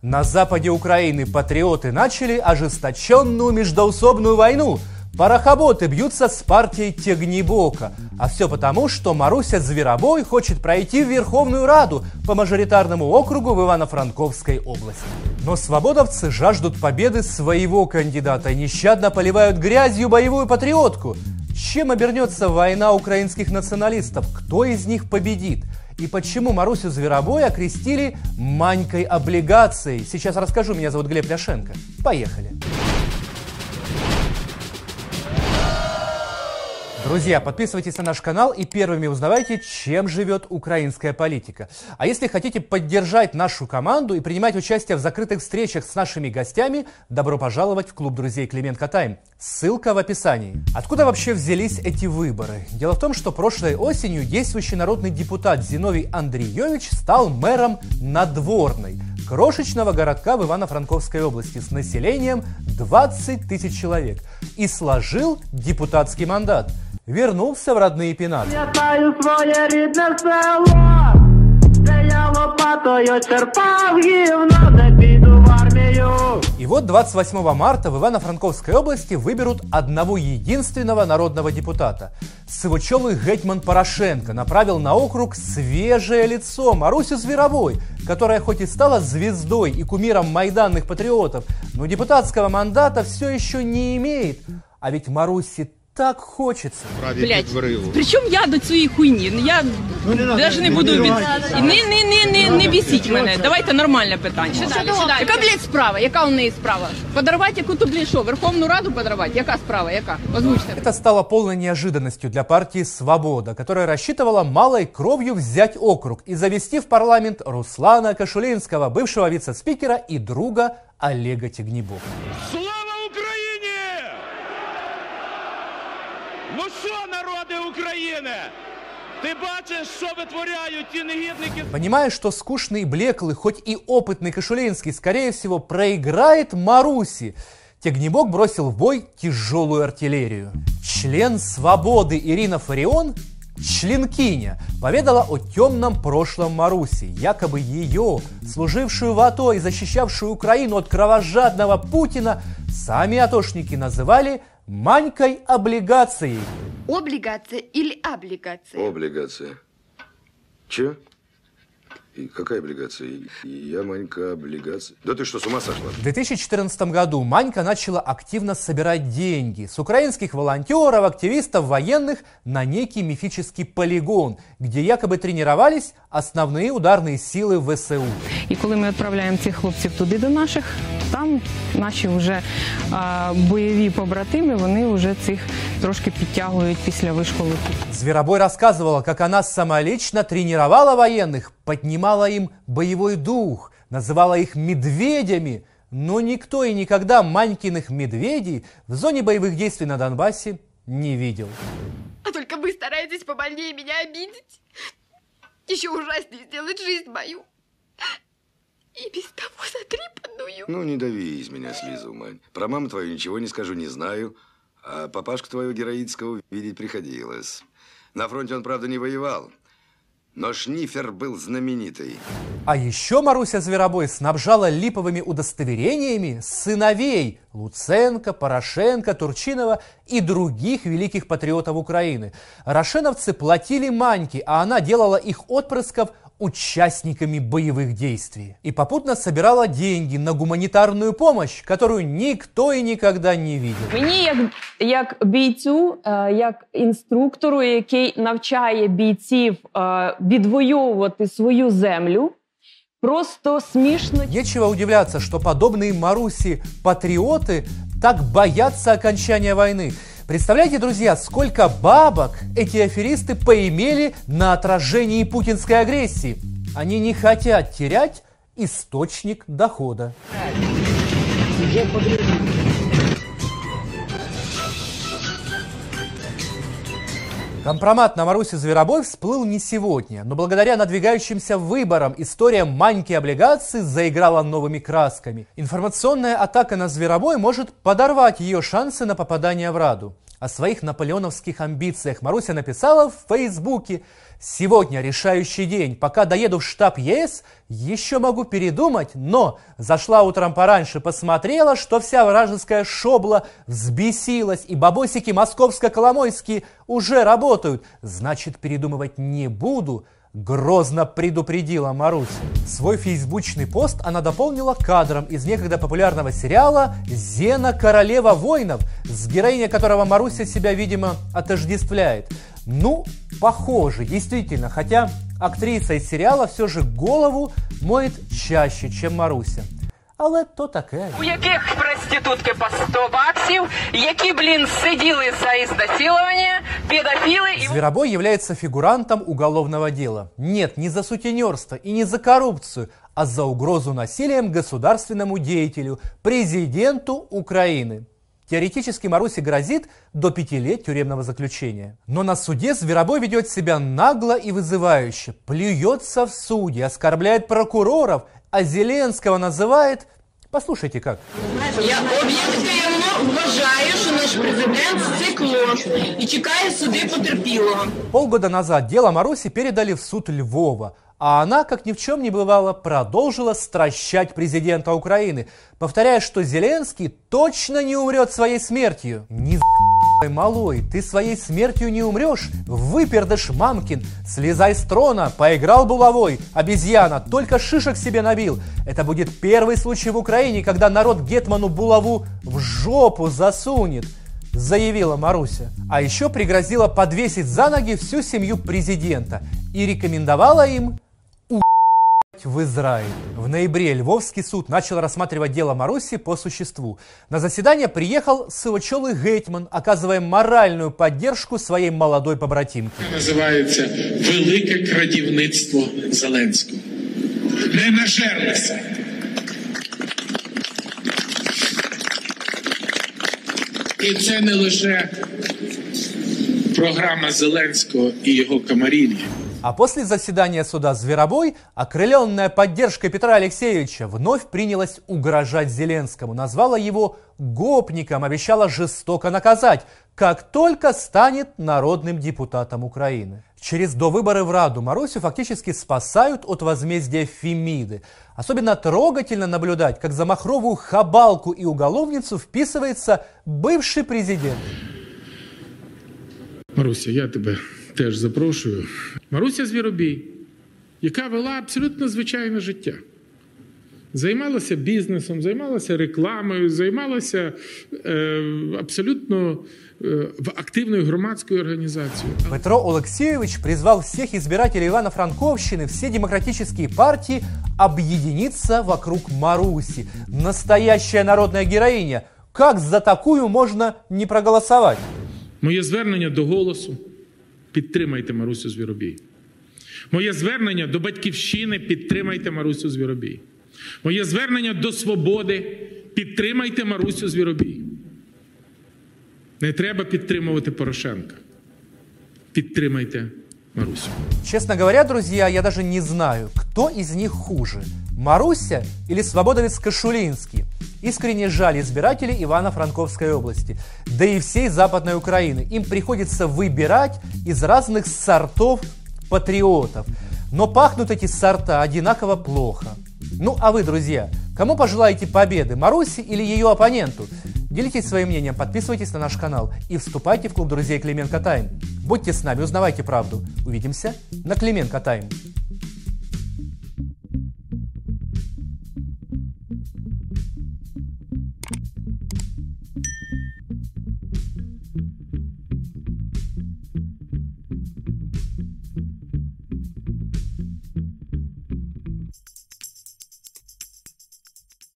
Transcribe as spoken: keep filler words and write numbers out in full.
На западе Украины патриоты начали ожесточенную междоусобную войну. Парохоботы бьются с партией Тягнебока. А все потому, что Маруся Зверобой хочет пройти в Верховную Раду по мажоритарному округу в Ивано-Франковской области. Но свободовцы жаждут победы своего кандидата и нещадно поливают грязью боевую патриотку. Чем обернется война украинских националистов? Кто из них победит? И почему Марусю Зверобой окрестили Манькой облигацией? Сейчас расскажу. Меня зовут Глеб Ляшенко. Поехали. Друзья, подписывайтесь на наш канал и первыми узнавайте, чем живет украинская политика. А если хотите поддержать нашу команду и принимать участие в закрытых встречах с нашими гостями, добро пожаловать в клуб друзей Клименко Тайм. Ссылка в описании. Откуда вообще взялись эти выборы? Дело в том, что прошлой осенью действующий народный депутат Зиновий Андриевич стал мэром Надворной, крошечного городка в Ивано-Франковской области с населением двадцать тысяч человек, и сложил депутатский мандат. Вернулся в родные пенаты. Пам'ятаю своє рідне село, де я лопатою черпав гівно, де піду в армію. И вот двадцать восьмого марта в Ивано-Франковской области выберут одного единственного народного депутата. Сивочолый гетьман Порошенко направил на округ свежее лицо Марусю Зверобой, которая хоть и стала звездой и кумиром майданных патриотов, но депутатского мандата все еще не имеет. А ведь Марусе так хочется. Блять, причому я до цієї хуйні? Я навіть не буду від... Не, не, не, не, не бісіть мене. Давайте нормальне питання. Що далі, що далі? Яка, блядь, справа? Яка у неї справа? Подарувати яку-то, блядь, що? Верховну Раду подарувати? Яка справа? Яка? Озвучте. Это стало полной неожиданностью для партии «Свобода», которая рассчитывала малой кровью взять округ и завести в парламент Руслана Кошулинского, бывшего вице-спикера и друга Олега Тягнебока. Ну що, народи України? Ти бачиш, що витворяють ті негідники? Понимая, что скучный, блеклый, хоть и опытный Кошулинский, скорее всего, проиграет Маруси, Тягнебок бросил в бой тяжелую артиллерию. Член «Свободы» Ирина Фарион, членкиня, поведала о темном прошлом Маруси. Якобы ее, служившую в АТО и защищавшую Украину от кровожадного Путина, сами атошники называли Манькой облигацией. Облигация или облигация? Облигация. Че? И какая облигация? Я Манька облигация. Да ты что, с ума сошла? В две тысячи четырнадцатом году Манька начала активно собирать деньги с украинских волонтеров, активистов, военных на некий мифический полигон, где якобы тренировались основные ударные силы ВСУ. І коли ми відправляємо цих хлопців туди до наших, там наші вже а, бойові побратими, вони вже цих трошки підтягують після вишколу. Зверобой рассказывала, как она самолично тренировала военных, поднимала им боевой дух, называла их медведями, но никто и никогда Манькиных медведей в зоне боевых действий на Донбассе не видел. А только вы стараетесь побольнее меня обидеть. Еще ужаснее сделать жизнь мою. И без того затрепанную. Ну, не дави из меня слезу, Мань. Про маму твою ничего не скажу, не знаю. А папашку твоего героического видеть приходилось. На фронте он, правда, не воевал. Но шнифер был знаменитый. А еще Маруся Зверобой снабжала липовыми удостоверениями сыновей Луценко, Порошенко, Турчинова и других великих патриотов Украины. Рошеновцы платили Маньке, а она делала их отпрысков участниками боевых действий. И попутно собирала деньги на гуманитарную помощь, которую никто и никогда не видел. Мені, як, як бійцю, як інструктору, який навчає бійців відвоювати свою землю, просто смешно. Нечего удивляться, что подобные Маруси патриоты так боятся окончания войны. Представляете, друзья, сколько бабок эти аферисты поимели на отражении путинской агрессии? Они не хотят терять источник дохода. Компромат на Марусю Зверобой всплыл не сегодня, но благодаря надвигающимся выборам история Маньки облигаций заиграла новыми красками. Информационная атака на Зверобой может подорвать ее шансы на попадание в Раду. О своих наполеоновских амбициях Маруся написала в Фейсбуке: «Сегодня решающий день. Пока доеду в штаб ЕС, еще могу передумать, но зашла утром пораньше, посмотрела, что вся вражеская шобла взбесилась, и бабосики московско-коломойские уже работают. Значит, передумывать не буду», — грозно предупредила Маруся. Свой фейсбучный пост она дополнила кадром из некогда популярного сериала «Зена, королева воинов», с героиней которого Маруся себя, видимо, отождествляет. Ну, похоже, действительно, хотя актриса из серіала все же голову моет чаще, чем Маруся. Але то таке. У яких проститутки по сто баксів, які, блин, сиділи за изнасилование, педофилы... Зверобой является фигурантом уголовного дела. Нет, не за сутенерство и не за коррупцию, а за угрозу насилием государственному деятелю, президенту Украины. Теоретически Марусе грозит до пяти лет тюремного заключения. Но на суде Зверобой ведет себя нагло и вызывающе, плюется в суде, оскорбляет прокуроров, а Зеленского называет... Послушайте как. Я об'єктивно вважаю, що наш президент цикло і чекає суди потерпілого. Полгода назад дело Маруси передали в суд Львова, а она, как ни в чем не бывало, продолжила стращать президента Украины, повторяя, что Зеленский точно не умрет своей смертью. Не за***й, малой, ты своей смертью не умрешь, выпердыш мамкин, слезай с трона, поиграл булавой, обезьяна, только шишек себе набил. Это будет первый случай в Украине, когда народ гетману булаву в жопу засунет, заявила Маруся. А еще пригрозила подвесить за ноги всю семью президента и рекомендовала им уебать в Израиль. В ноябре Львовский суд начал рассматривать дело Маруси по существу. На заседание приехал сивочолый гетьман, оказывая моральную поддержку своей молодой побратимке. Називається «Велике крадівництво Зеленського». Не нажерлися. І це не лише программа Зеленского и его комарильи. А после заседания суда Зверобой, окрыленная поддержкой Петра Алексеевича, вновь принялась угрожать Зеленскому, назвала его гопником, обещала жестоко наказать, как только станет народным депутатом Украины. Через довыборы в Раду Марусю фактически спасают от возмездия Фемиды. Особенно трогательно наблюдать, как за махровую хабалку и уголовницу вписывается бывший президент. Маруся, я тебе теж запрошую. Маруся Звіробій, яка вела абсолютно звичайне життя. Займалася бізнесом, займалася рекламою, займалася е, абсолютно е, активною громадською організацією. Петро Олексійович призвал всех избирателей Ивано-Франковщины, все демократические партии объединиться вокруг Маруси. Настоящая народная героиня. Как за такую можно не проголосовать? Моє звернення до «Голосу» – підтримайте Марусю Звіробій. Моє звернення до «Батьківщини» – підтримайте Марусю Звіробій. Моє звернення до «Свободи» – підтримайте Марусю Звіробій. Не треба підтримувати Порошенка. Підтримайте Марусю. Честно говоря, друзья, я даже не знаю, кто из них хуже. Маруся или свободовец Кошулинский? Искренне жаль избирателей Ивано-Франковской области, да и всей Западной Украины. Им приходится выбирать из разных сортов патриотов. Но пахнут эти сорта одинаково плохо. Ну а вы, друзья, кому пожелаете победы, Маруси или ее оппоненту? Делитесь своим мнением, подписывайтесь на наш канал и вступайте в клуб друзей Клименко Тайм. Будьте с нами, узнавайте правду. Увидимся на Клименко Тайм.